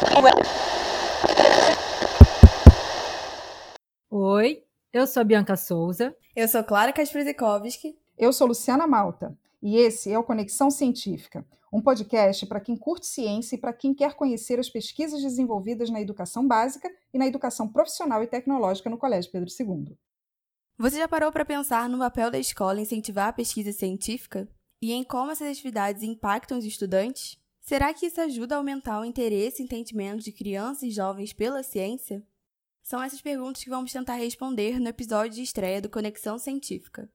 Oi, eu sou a Bianca Souza. Eu sou Clara Kasprzyzikowski. Eu sou Luciana Malta e esse é o Conexão Científica, um podcast para quem curte ciência e para quem quer conhecer as pesquisas desenvolvidas na educação básica e na educação profissional e tecnológica no Colégio Pedro II. Você já parou para pensar no papel da escola em incentivar a pesquisa científica? E em como essas atividades impactam os estudantes? Será que isso ajuda a aumentar o interesse e entendimento de crianças e jovens pela ciência? São essas perguntas que vamos tentar responder no episódio de estreia do Conexão Científica.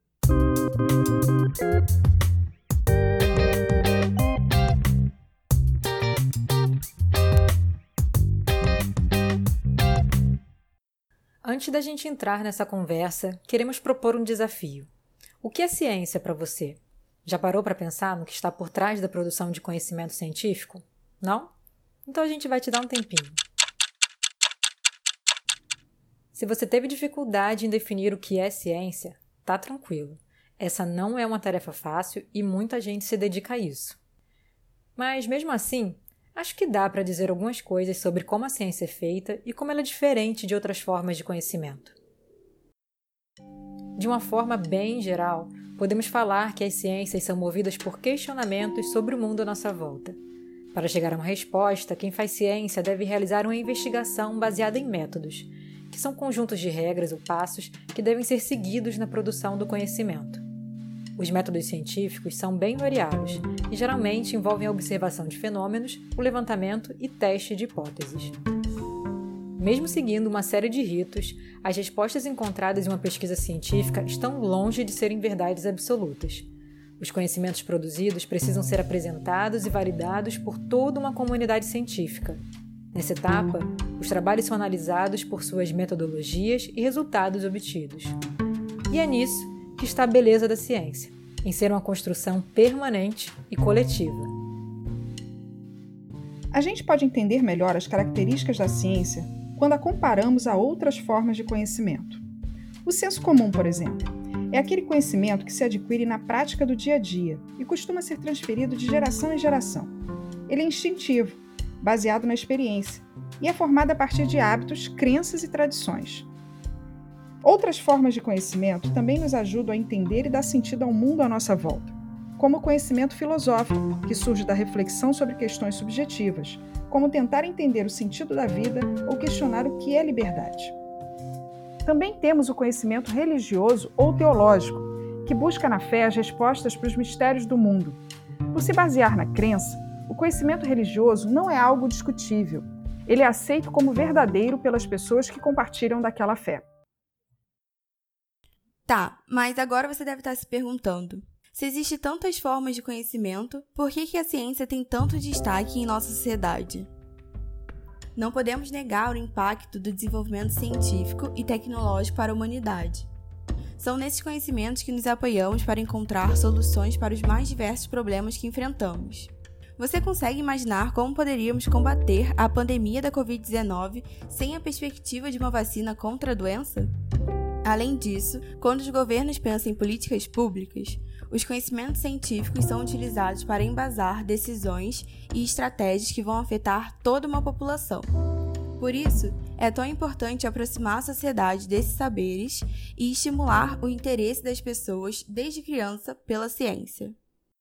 Antes da gente entrar nessa conversa, queremos propor um desafio. O que é ciência para você? Já parou para pensar no que está por trás da produção de conhecimento científico? Não? Então a gente vai te dar um tempinho. Se você teve dificuldade em definir o que é ciência, tá tranquilo. Essa não é uma tarefa fácil e muita gente se dedica a isso. Mas mesmo assim, acho que dá para dizer algumas coisas sobre como a ciência é feita e como ela é diferente de outras formas de conhecimento. De uma forma bem geral, podemos falar que as ciências são movidas por questionamentos sobre o mundo à nossa volta. Para chegar a uma resposta, quem faz ciência deve realizar uma investigação baseada em métodos, que são conjuntos de regras ou passos que devem ser seguidos na produção do conhecimento. Os métodos científicos são bem variados e geralmente envolvem a observação de fenômenos, o levantamento e teste de hipóteses. Mesmo seguindo uma série de ritos, as respostas encontradas em uma pesquisa científica estão longe de serem verdades absolutas. Os conhecimentos produzidos precisam ser apresentados e validados por toda uma comunidade científica. Nessa etapa, os trabalhos são analisados por suas metodologias e resultados obtidos. E é nisso que está a beleza da ciência, em ser uma construção permanente e coletiva. A gente pode entender melhor as características da ciência quando a comparamos a outras formas de conhecimento. O senso comum, por exemplo, é aquele conhecimento que se adquire na prática do dia a dia e costuma ser transferido de geração em geração. Ele é instintivo, baseado na experiência, e é formado a partir de hábitos, crenças e tradições. Outras formas de conhecimento também nos ajudam a entender e dar sentido ao mundo à nossa volta, como o conhecimento filosófico, que surge da reflexão sobre questões subjetivas, como tentar entender o sentido da vida ou questionar o que é liberdade. Também temos o conhecimento religioso ou teológico, que busca na fé as respostas para os mistérios do mundo. Por se basear na crença, o conhecimento religioso não é algo discutível. Ele é aceito como verdadeiro pelas pessoas que compartilham daquela fé. Tá, mas agora você deve estar se perguntando: se existem tantas formas de conhecimento, por que a ciência tem tanto destaque em nossa sociedade? Não podemos negar o impacto do desenvolvimento científico e tecnológico para a humanidade. São nesses conhecimentos que nos apoiamos para encontrar soluções para os mais diversos problemas que enfrentamos. Você consegue imaginar como poderíamos combater a pandemia da Covid-19 sem a perspectiva de uma vacina contra a doença? Além disso, quando os governos pensam em políticas públicas, os conhecimentos científicos são utilizados para embasar decisões e estratégias que vão afetar toda uma população. Por isso, é tão importante aproximar a sociedade desses saberes e estimular o interesse das pessoas desde criança pela ciência.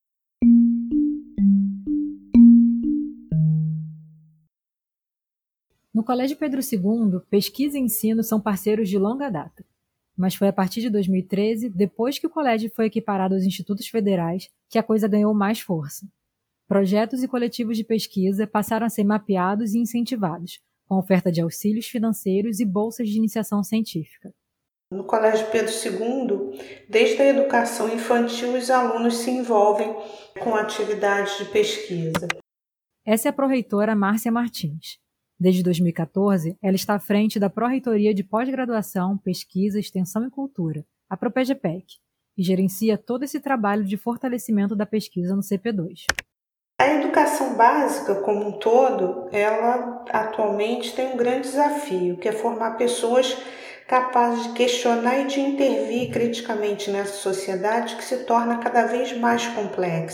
No Colégio Pedro II, pesquisa e ensino são parceiros de longa data. Mas foi a partir de 2013, depois que o colégio foi equiparado aos institutos federais, que a coisa ganhou mais força. Projetos e coletivos de pesquisa passaram a ser mapeados e incentivados, com oferta de auxílios financeiros e bolsas de iniciação científica. No Colégio Pedro II, desde a educação infantil, os alunos se envolvem com atividades de pesquisa. Essa é a pró-reitora Márcia Martins. Desde 2014, ela está à frente da Pró-Reitoria de Pós-Graduação, Pesquisa, Extensão e Cultura, a PROPEGEPEC, e gerencia todo esse trabalho de fortalecimento da pesquisa no CP2. A educação básica como um todo, ela atualmente tem um grande desafio, que é formar pessoas capazes de questionar e de intervir criticamente nessa sociedade que se torna cada vez mais complexa.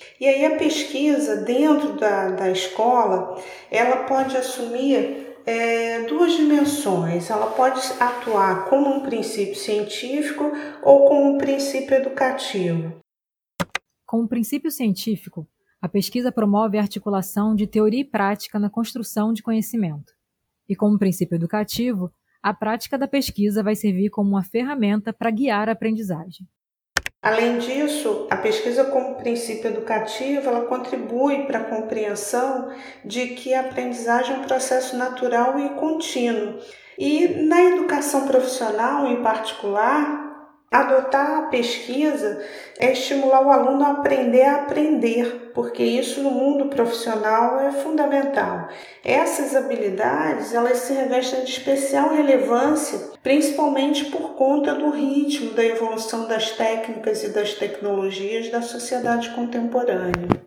E aí a pesquisa dentro da escola, ela pode assumir duas dimensões. Ela pode atuar como um princípio científico ou como um princípio educativo. Como princípio científico, a pesquisa promove a articulação de teoria e prática na construção de conhecimento. E como princípio educativo, a prática da pesquisa vai servir como uma ferramenta para guiar a aprendizagem. Além disso, a pesquisa como princípio educativo, ela contribui para a compreensão de que a aprendizagem é um processo natural e contínuo. E na educação profissional, em particular, adotar a pesquisa é estimular o aluno a aprender, porque isso no mundo profissional é fundamental. Essas habilidades, elas se revestem de especial relevância, principalmente por conta do ritmo da evolução das técnicas e das tecnologias da sociedade contemporânea.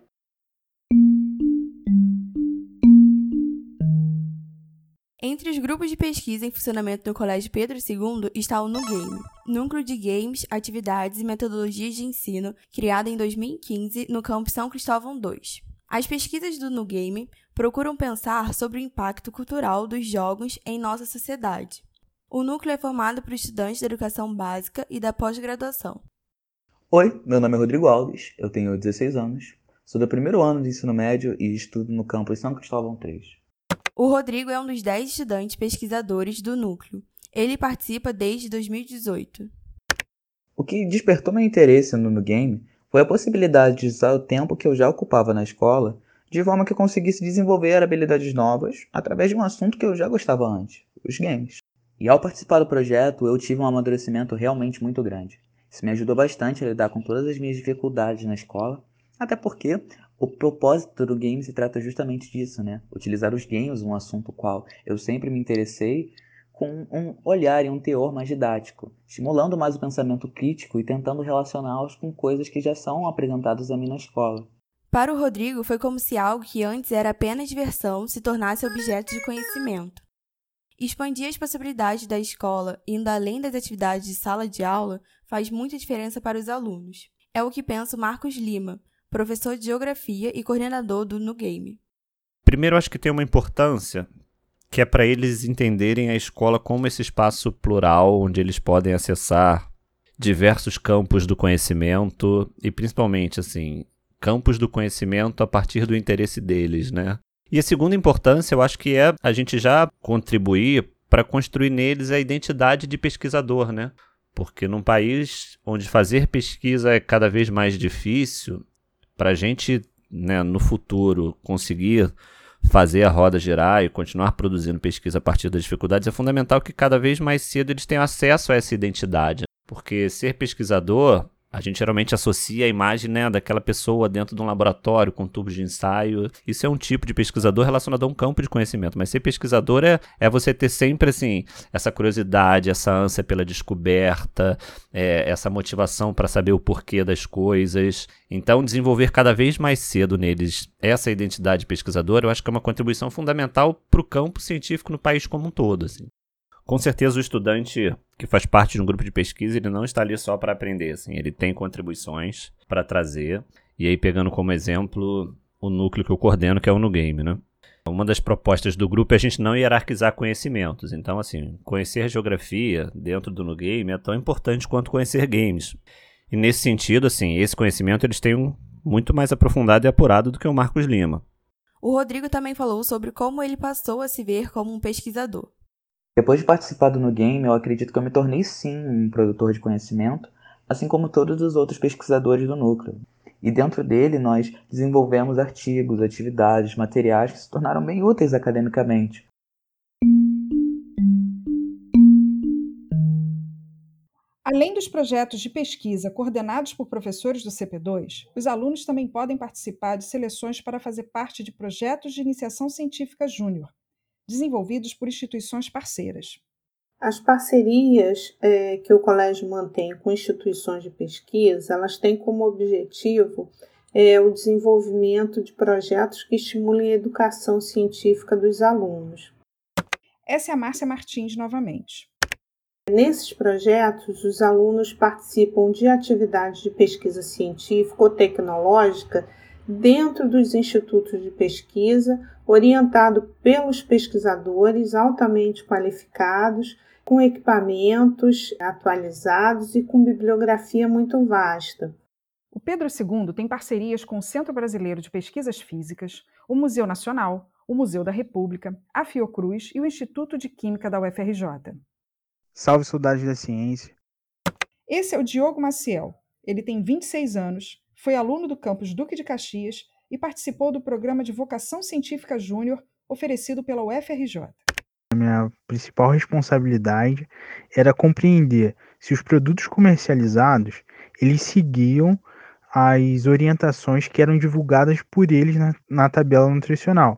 Entre os grupos de pesquisa em funcionamento no Colégio Pedro II está o NuGame, Núcleo de Games, Atividades e Metodologias de Ensino, criado em 2015 no campus São Cristóvão II. As pesquisas do NuGame procuram pensar sobre o impacto cultural dos jogos em nossa sociedade. O núcleo é formado por estudantes da educação básica e da pós-graduação. Oi, meu nome é Rodrigo Alves, eu tenho 16 anos, sou do primeiro ano de ensino médio e estudo no campus São Cristóvão III. O Rodrigo é um dos 10 estudantes pesquisadores do núcleo. Ele participa desde 2018. O que despertou meu interesse no NuGame foi a possibilidade de usar o tempo que eu já ocupava na escola de forma que eu conseguisse desenvolver habilidades novas através de um assunto que eu já gostava antes, os games. E ao participar do projeto, eu tive um amadurecimento realmente muito grande. Isso me ajudou bastante a lidar com todas as minhas dificuldades na escola, até porque o propósito do game se trata justamente disso, né? Utilizar os games, um assunto qual eu sempre me interessei, com um olhar e um teor mais didático, estimulando mais o pensamento crítico e tentando relacioná-los com coisas que já são apresentadas a mim na escola. Para o Rodrigo, foi como se algo que antes era apenas diversão se tornasse objeto de conhecimento. Expandir as possibilidades da escola, indo além das atividades de sala de aula, faz muita diferença para os alunos. É o que pensa o Marcos Lima, professor de Geografia e coordenador do NuGame. Primeiro, acho que tem uma importância que é para eles entenderem a escola como esse espaço plural, onde eles podem acessar diversos campos do conhecimento e, principalmente, assim, campos do conhecimento a partir do interesse deles, né? E a segunda importância, eu acho que é a gente já contribuir para construir neles a identidade de pesquisador, né? Porque num país onde fazer pesquisa é cada vez mais difícil, para a gente, né, no futuro, conseguir fazer a roda girar e continuar produzindo pesquisa a partir das dificuldades, é fundamental que cada vez mais cedo eles tenham acesso a essa identidade. Porque ser pesquisador, a gente geralmente associa a imagem, né, daquela pessoa dentro de um laboratório com tubos de ensaio. Isso é um tipo de pesquisador relacionado a um campo de conhecimento. Mas ser pesquisador é você ter sempre assim, essa curiosidade, essa ânsia pela descoberta, essa motivação para saber o porquê das coisas. Então, desenvolver cada vez mais cedo neles essa identidade pesquisadora, eu acho que é uma contribuição fundamental para o campo científico no país como um todo, assim. Com certeza o estudante que faz parte de um grupo de pesquisa, ele não está ali só para aprender, assim, ele tem contribuições para trazer. E aí, pegando como exemplo o núcleo que eu coordeno, que é o NuGame, né? Uma das propostas do grupo é a gente não hierarquizar conhecimentos. Então, assim, conhecer geografia dentro do NuGame é tão importante quanto conhecer games. E nesse sentido, assim, esse conhecimento eles têm muito mais aprofundado e apurado do que o Marcos Lima. O Rodrigo também falou sobre como ele passou a se ver como um pesquisador. Depois de participar do NuGame, eu acredito que eu me tornei sim um produtor de conhecimento, assim como todos os outros pesquisadores do núcleo. E dentro dele nós desenvolvemos artigos, atividades, materiais que se tornaram bem úteis academicamente. Além dos projetos de pesquisa coordenados por professores do CP2, os alunos também podem participar de seleções para fazer parte de projetos de iniciação científica júnior, desenvolvidos por instituições parceiras. As parcerias que o colégio mantém com instituições de pesquisa, elas têm como objetivo o desenvolvimento de projetos que estimulem a educação científica dos alunos. Essa é a Márcia Martins novamente. Nesses projetos, os alunos participam de atividades de pesquisa científica ou tecnológica dentro dos institutos de pesquisa, orientado pelos pesquisadores altamente qualificados, com equipamentos atualizados e com bibliografia muito vasta. O Pedro II tem parcerias com o Centro Brasileiro de Pesquisas Físicas, o Museu Nacional, o Museu da República, a Fiocruz e o Instituto de Química da UFRJ. Salve, soldados da ciência! Esse é o Diogo Maciel. Ele tem 26 anos, foi aluno do campus Duque de Caxias e participou do programa de Vocação Científica Júnior oferecido pela UFRJ. A minha principal responsabilidade era compreender se os produtos comercializados eles seguiam as orientações que eram divulgadas por eles na tabela nutricional.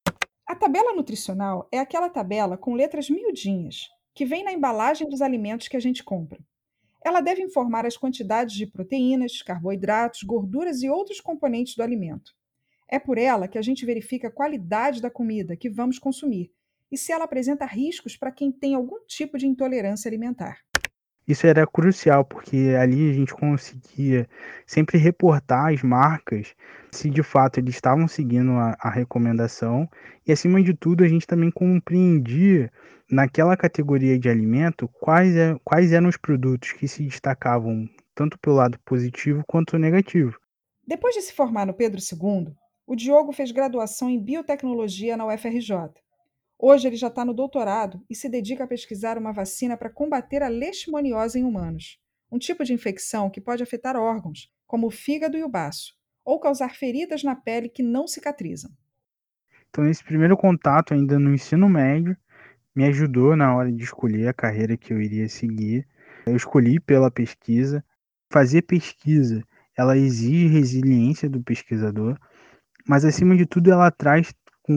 A tabela nutricional é aquela tabela com letras miudinhas, que vem na embalagem dos alimentos que a gente compra. Ela deve informar as quantidades de proteínas, carboidratos, gorduras e outros componentes do alimento. É por ela que a gente verifica a qualidade da comida que vamos consumir e se ela apresenta riscos para quem tem algum tipo de intolerância alimentar. Isso era crucial, porque ali a gente conseguia sempre reportar as marcas se de fato eles estavam seguindo a recomendação e, acima de tudo, a gente também compreendia naquela categoria de alimento quais eram os produtos que se destacavam tanto pelo lado positivo quanto negativo. Depois de se formar no Pedro II, o Diogo fez graduação em biotecnologia na UFRJ. Hoje ele já está no doutorado e se dedica a pesquisar uma vacina para combater a leishmaniose em humanos, um tipo de infecção que pode afetar órgãos, como o fígado e o baço, ou causar feridas na pele que não cicatrizam. Então, esse primeiro contato ainda no ensino médio me ajudou na hora de escolher a carreira que eu iria seguir. Eu escolhi pela pesquisa. Fazer pesquisa, ela exige resiliência do pesquisador, mas acima de tudo ela traz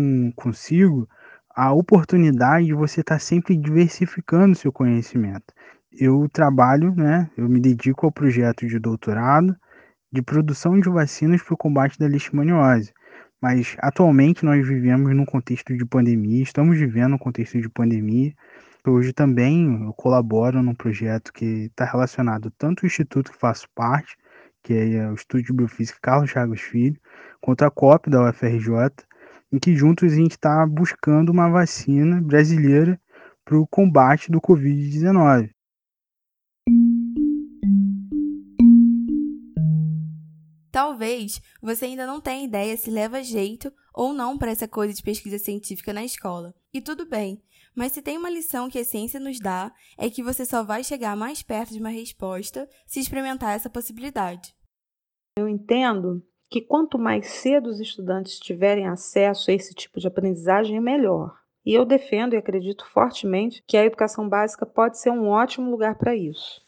consigo a oportunidade de você estar sempre diversificando seu conhecimento. Eu trabalho, eu me dedico ao projeto de doutorado de produção de vacinas para o combate da leishmaniose. Mas atualmente nós vivemos num contexto de pandemia, estamos vivendo um contexto de pandemia. Hoje também eu colaboro num projeto que está relacionado tanto ao instituto que faço parte, que é o Estúdio de Biofísica Carlos Chagas Filho, quanto a COP da UFRJ, em que juntos a gente está buscando uma vacina brasileira para o combate do Covid-19. Talvez você ainda não tenha ideia se leva jeito ou não para essa coisa de pesquisa científica na escola. E tudo bem, mas se tem uma lição que a ciência nos dá, é que você só vai chegar mais perto de uma resposta se experimentar essa possibilidade. Eu entendo que quanto mais cedo os estudantes tiverem acesso a esse tipo de aprendizagem, é melhor. E eu defendo e acredito fortemente que a educação básica pode ser um ótimo lugar para isso.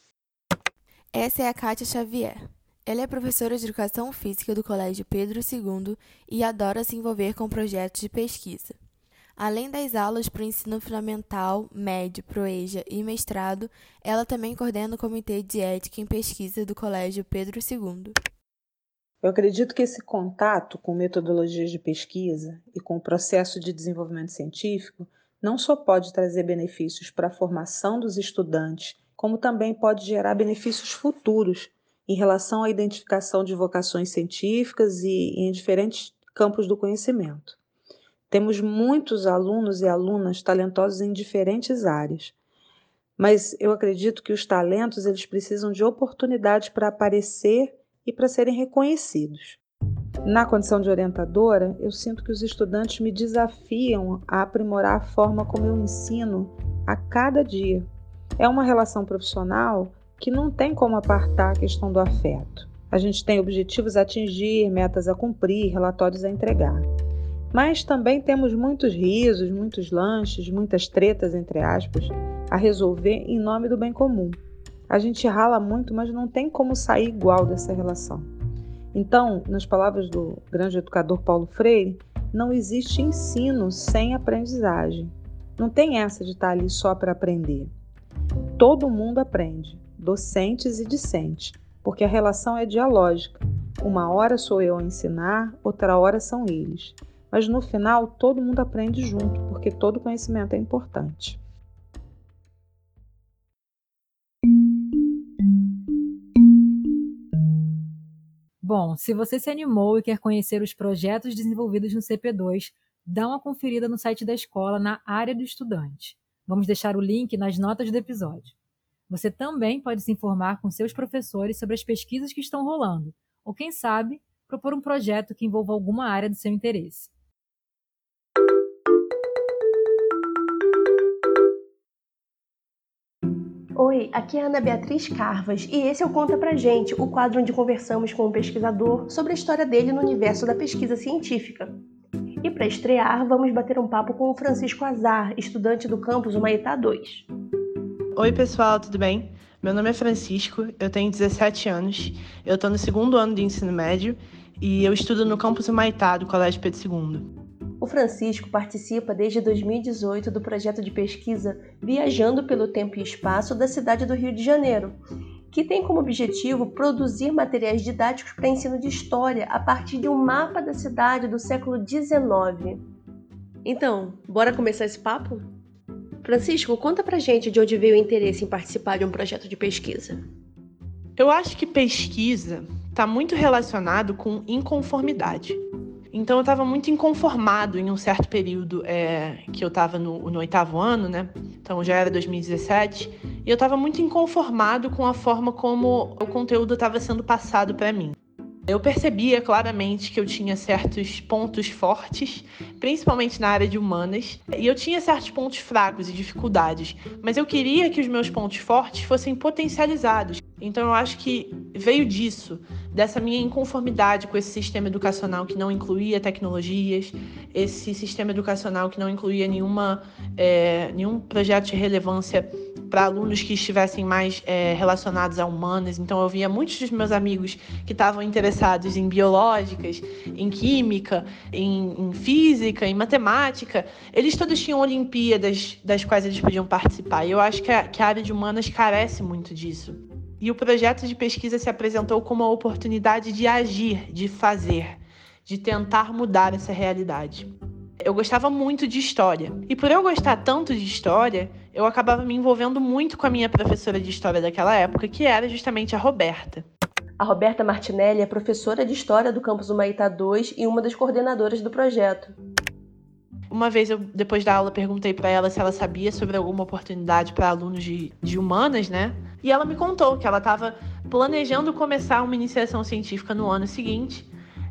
Essa é a Kátia Xavier. Ela é professora de Educação Física do Colégio Pedro II e adora se envolver com projetos de pesquisa. Além das aulas para o ensino fundamental, médio, proeja e mestrado, ela também coordena o Comitê de Ética em Pesquisa do Colégio Pedro II. Eu acredito que esse contato com metodologias de pesquisa e com o processo de desenvolvimento científico não só pode trazer benefícios para a formação dos estudantes, como também pode gerar benefícios futuros em relação à identificação de vocações científicas e em diferentes campos do conhecimento. Temos muitos alunos e alunas talentosos em diferentes áreas, mas eu acredito que os talentos eles precisam de oportunidades para aparecer e para serem reconhecidos. Na condição de orientadora, eu sinto que os estudantes me desafiam a aprimorar a forma como eu ensino a cada dia. É uma relação profissional que não tem como apartar a questão do afeto. A gente tem objetivos a atingir, metas a cumprir, relatórios a entregar. Mas também temos muitos risos, muitos lanches, muitas tretas, entre aspas, a resolver em nome do bem comum. A gente rala muito, mas não tem como sair igual dessa relação. Então, nas palavras do grande educador Paulo Freire, não existe ensino sem aprendizagem. Não tem essa de estar ali só para aprender. Todo mundo aprende, docentes e discentes, porque a relação é dialógica. Uma hora sou eu a ensinar, outra hora são eles. Mas no final, todo mundo aprende junto, porque todo conhecimento é importante. Bom, se você se animou e quer conhecer os projetos desenvolvidos no CP2, dá uma conferida no site da escola na área do estudante. Vamos deixar o link nas notas do episódio. Você também pode se informar com seus professores sobre as pesquisas que estão rolando, ou quem sabe, propor um projeto que envolva alguma área do seu interesse. Oi, aqui é a Ana Beatriz Carvas e esse é o Conta Pra Gente, o quadro onde conversamos com um pesquisador sobre a história dele no universo da pesquisa científica. E para estrear, vamos bater um papo com o Francisco Azar, estudante do campus Humaitá 2. Oi pessoal, tudo bem? Meu nome é Francisco, eu tenho 17 anos, eu estou no 2º ano de ensino médio e eu estudo no campus Humaitá do Colégio Pedro II. O Francisco participa desde 2018 do projeto de pesquisa Viajando pelo Tempo e Espaço da cidade do Rio de Janeiro, que tem como objetivo produzir materiais didáticos para ensino de história a partir de um mapa da cidade do século XIX. Então, bora começar esse papo? Francisco, conta pra gente de onde veio o interesse em participar de um projeto de pesquisa. Eu acho que pesquisa está muito relacionado com inconformidade. Então eu estava muito inconformado em um certo período que eu estava no 8º ano, né? Então já era 2017, e eu estava muito inconformado com a forma como o conteúdo estava sendo passado para mim. Eu percebia claramente que eu tinha certos pontos fortes, principalmente na área de humanas, e eu tinha certos pontos fracos e dificuldades, mas eu queria que os meus pontos fortes fossem potencializados. Então eu acho que veio disso, dessa minha inconformidade com esse sistema educacional que não incluía tecnologias, esse sistema educacional que não incluía nenhum projeto de relevância para alunos que estivessem mais relacionados a humanas. Então eu via muitos dos meus amigos que estavam interessados em biológicas, em química, em física, em matemática. Eles todos tinham Olimpíadas das quais eles podiam participar. E eu acho que a área de humanas carece muito disso. E o projeto de pesquisa se apresentou como uma oportunidade de agir, de fazer, de tentar mudar essa realidade. Eu gostava muito de história. E por eu gostar tanto de história, eu acabava me envolvendo muito com a minha professora de história daquela época, que era justamente a Roberta. A Roberta Martinelli é professora de História do campus Humaitá 2 e uma das coordenadoras do projeto. Uma vez, depois da aula, perguntei para ela se ela sabia sobre alguma oportunidade para alunos de humanas, né? E ela me contou que ela estava planejando começar uma iniciação científica no ano seguinte.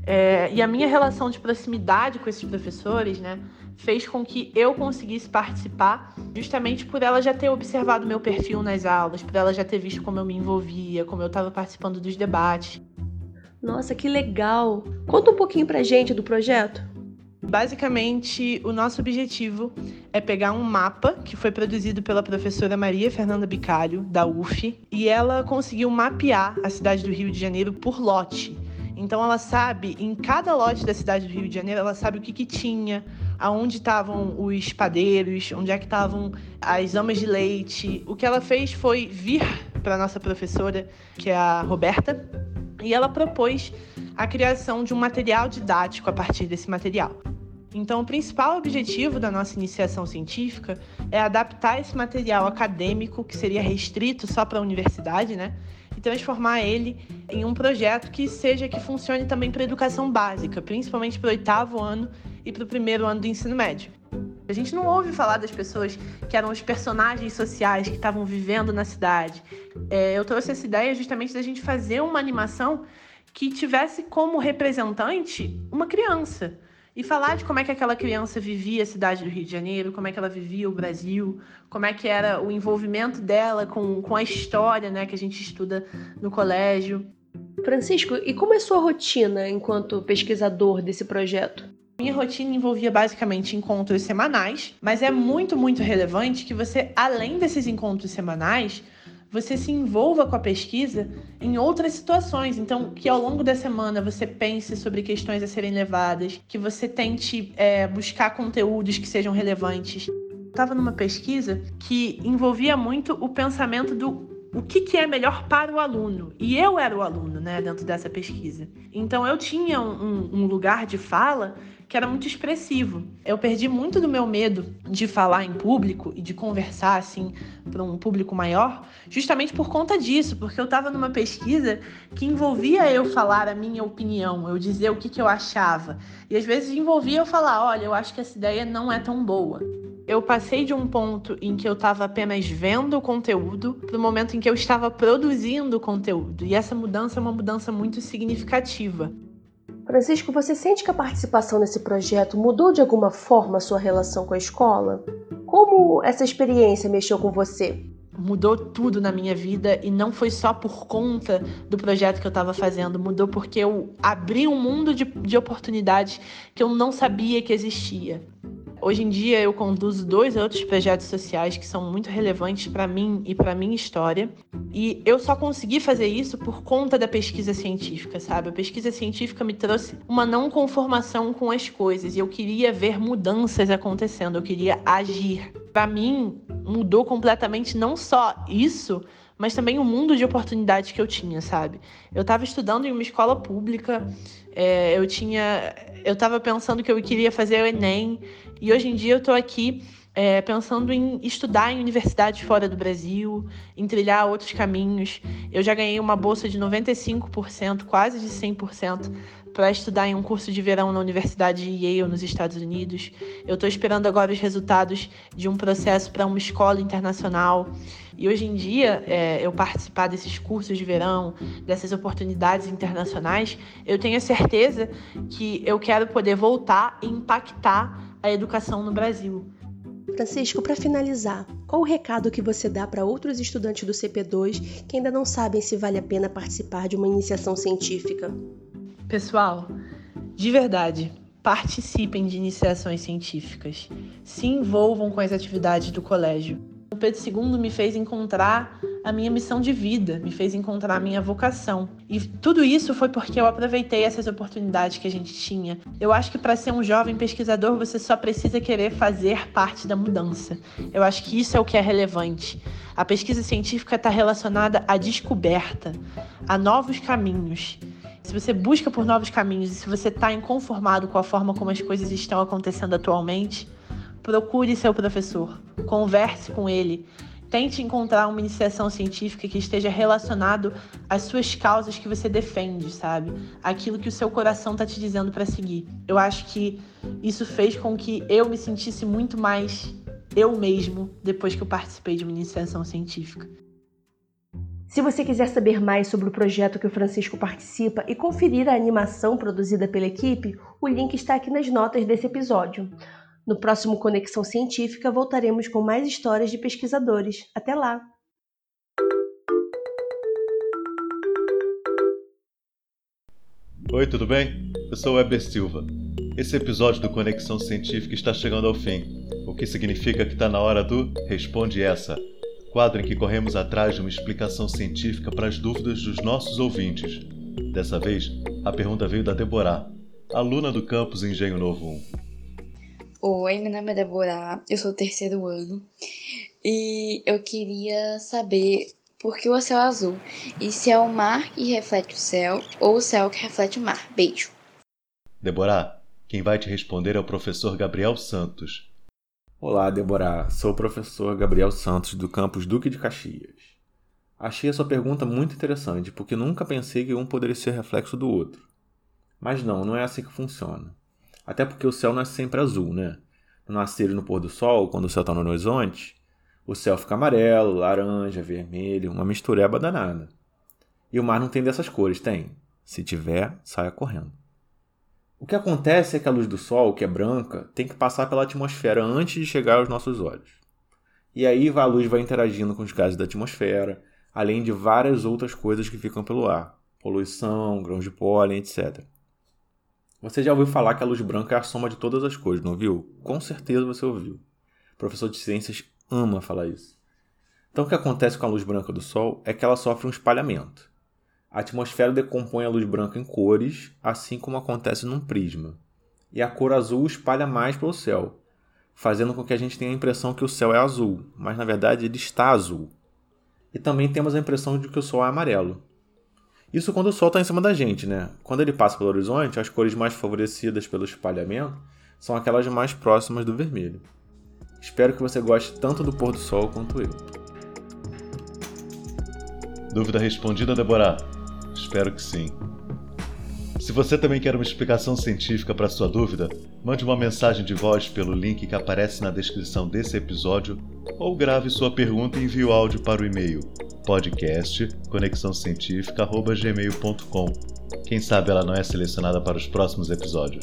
E a minha relação de proximidade com esses professores, né, fez com que eu conseguisse participar, justamente por ela já ter observado meu perfil nas aulas, por ela já ter visto como eu me envolvia, como eu estava participando dos debates. Nossa, que legal! Conta um pouquinho pra gente do projeto. Basicamente, o nosso objetivo é pegar um mapa que foi produzido pela professora Maria Fernanda Bicalho, da UF, e ela conseguiu mapear a cidade do Rio de Janeiro por lote. Então ela sabe, em cada lote da cidade do Rio de Janeiro, ela sabe o que tinha, aonde estavam os padeiros, onde é que estavam as amas de leite. O que ela fez foi vir para a nossa professora, que é a Roberta, e ela propôs a criação de um material didático a partir desse material. Então, o principal objetivo da nossa iniciação científica é adaptar esse material acadêmico, que seria restrito só para a universidade, né? E transformar ele em um projeto que funcione também para a educação básica, principalmente para o 8º ano e para o 1º ano do ensino médio. A gente não ouve falar das pessoas que eram os personagens sociais que estavam vivendo na cidade. Eu trouxe essa ideia justamente da gente fazer uma animação que tivesse como representante uma criança. E falar de como é que aquela criança vivia a cidade do Rio de Janeiro, como é que ela vivia o Brasil, como é que era o envolvimento dela com a história, né, que a gente estuda no colégio. Francisco, e como é sua rotina enquanto pesquisador desse projeto? Minha rotina envolvia basicamente encontros semanais, mas é muito, muito relevante que você, além desses encontros semanais, você se envolva com a pesquisa em outras situações. Então, que ao longo da semana você pense sobre questões a serem levadas, que você tente buscar conteúdos que sejam relevantes. Eu estava numa pesquisa que envolvia muito o pensamento do o que é melhor para o aluno. E eu era o aluno, né, dentro dessa pesquisa. Então eu tinha um lugar de fala que era muito expressivo. Eu perdi muito do meu medo de falar em público e de conversar assim para um público maior, justamente por conta disso, porque eu estava numa pesquisa que envolvia eu falar a minha opinião, eu dizer o que eu achava. E às vezes envolvia eu falar, olha, eu acho que essa ideia não é tão boa. Eu passei de um ponto em que eu estava apenas vendo o conteúdo para o momento em que eu estava produzindo o conteúdo. E essa mudança é uma mudança muito significativa. Francisco, você sente que a participação nesse projeto mudou de alguma forma a sua relação com a escola? Como essa experiência mexeu com você? Mudou tudo na minha vida e não foi só por conta do projeto que eu estava fazendo, mudou porque eu abri um mundo de oportunidades que eu não sabia que existia. Hoje em dia eu conduzo 2 outros projetos sociais que são muito relevantes para mim e para a minha história. E eu só consegui fazer isso por conta da pesquisa científica, sabe? A pesquisa científica me trouxe uma não conformação com as coisas e eu queria ver mudanças acontecendo, eu queria agir. Para mim, mudou completamente não só isso, mas também o mundo de oportunidades que eu tinha, sabe? Eu estava estudando em uma escola pública, eu estava pensando que eu queria fazer o Enem, e hoje em dia eu estou aqui pensando em estudar em universidades fora do Brasil, em trilhar outros caminhos. Eu já ganhei uma bolsa de 95%, quase de 100%, para estudar em um curso de verão na Universidade de Yale, nos Estados Unidos. Eu estou esperando agora os resultados de um processo para uma escola internacional. E hoje em dia, eu participar desses cursos de verão, dessas oportunidades internacionais, eu tenho a certeza que eu quero poder voltar e impactar a educação no Brasil. Francisco, para finalizar, qual o recado que você dá para outros estudantes do CP2 que ainda não sabem se vale a pena participar de uma iniciação científica? Pessoal, de verdade, participem de iniciações científicas. Se envolvam com as atividades do colégio. O Pedro II me fez encontrar a minha missão de vida, me fez encontrar a minha vocação. E tudo isso foi porque eu aproveitei essas oportunidades que a gente tinha. Eu acho que para ser um jovem pesquisador, você só precisa querer fazer parte da mudança. Eu acho que isso é o que é relevante. A pesquisa científica está relacionada à descoberta, a novos caminhos. Se você busca por novos caminhos e se você está inconformado com a forma como as coisas estão acontecendo atualmente, procure seu professor, converse com ele, tente encontrar uma iniciação científica que esteja relacionado às suas causas que você defende, sabe? Aquilo que o seu coração está te dizendo para seguir. Eu acho que isso fez com que eu me sentisse muito mais eu mesmo depois que eu participei de uma iniciação científica. Se você quiser saber mais sobre o projeto que o Francisco participa e conferir a animação produzida pela equipe, o link está aqui nas notas desse episódio. No próximo Conexão Científica voltaremos com mais histórias de pesquisadores. Até lá! Oi, tudo bem? Eu sou o Weber Silva. Esse episódio do Conexão Científica está chegando ao fim, o que significa que está na hora do Responde Essa, quadro em que corremos atrás de uma explicação científica para as dúvidas dos nossos ouvintes. Dessa vez, a pergunta veio da Deborah, aluna do campus Engenho Novo 1. Oi, meu nome é Deborah, eu sou do 3º ano e eu queria saber por que o céu é azul e se é o mar que reflete o céu ou o céu que reflete o mar. Beijo. Deborah, quem vai te responder é o professor Gabriel Santos. Olá, Deborah. Sou o professor Gabriel Santos, do campus Duque de Caxias. Achei a sua pergunta muito interessante, porque nunca pensei que um poderia ser reflexo do outro. Mas não é assim que funciona. Até porque o céu não é sempre azul, né? No nascer e no pôr do sol, quando o céu está no horizonte, o céu fica amarelo, laranja, vermelho, uma mistureba danada. E o mar não tem dessas cores, tem? Se tiver, saia correndo. O que acontece é que a luz do sol, que é branca, tem que passar pela atmosfera antes de chegar aos nossos olhos. E aí a luz vai interagindo com os gases da atmosfera, além de várias outras coisas que ficam pelo ar. Poluição, grãos de pólen, etc. Você já ouviu falar que a luz branca é a soma de todas as cores, não ouviu? Com certeza você ouviu. O professor de ciências ama falar isso. Então o que acontece com a luz branca do sol é que ela sofre um espalhamento. A atmosfera decompõe a luz branca em cores, assim como acontece num prisma. E a cor azul espalha mais pelo céu, fazendo com que a gente tenha a impressão que o céu é azul, mas na verdade ele está azul. e também temos a impressão de que o Sol é amarelo. Isso quando o Sol está em cima da gente, né? Quando ele passa pelo horizonte, as cores mais favorecidas pelo espalhamento são aquelas mais próximas do vermelho. Espero que você goste tanto do pôr do sol quanto eu. Dúvida respondida, Débora? Espero que sim. Se você também quer uma explicação científica para sua dúvida, mande uma mensagem de voz pelo link que aparece na descrição desse episódio ou grave sua pergunta e envie o áudio para o e-mail podcast@conexãocientifica.gmail.com. Quem sabe ela não é selecionada para os próximos episódios.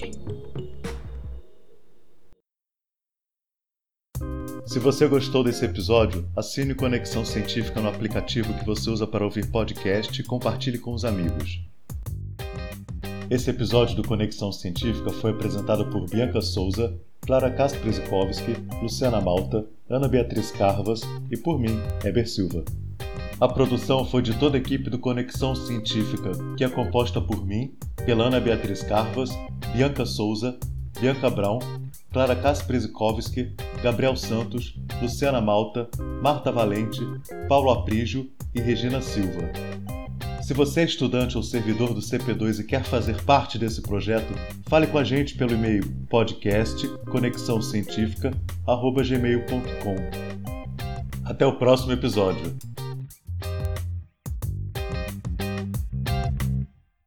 Se você gostou desse episódio, assine Conexão Científica no aplicativo que você usa para ouvir podcast e compartilhe com os amigos. Esse episódio do Conexão Científica foi apresentado por Bianca Souza, Clara Kasprzyzkowski, Luciana Malta, Ana Beatriz Carvas e por mim, Heber Silva. A produção foi de toda a equipe do Conexão Científica, que é composta por mim, pela Ana Beatriz Carvas, Bianca Souza, Bianca Brown, Clara Kasprzyzkowski, Gabriel Santos, Luciana Malta, Marta Valente, Paulo Aprígio e Regina Silva. Se você é estudante ou servidor do CP2 e quer fazer parte desse projeto, fale com a gente pelo e-mail podcast@conexãocientifica.gmail.com. Até o próximo episódio.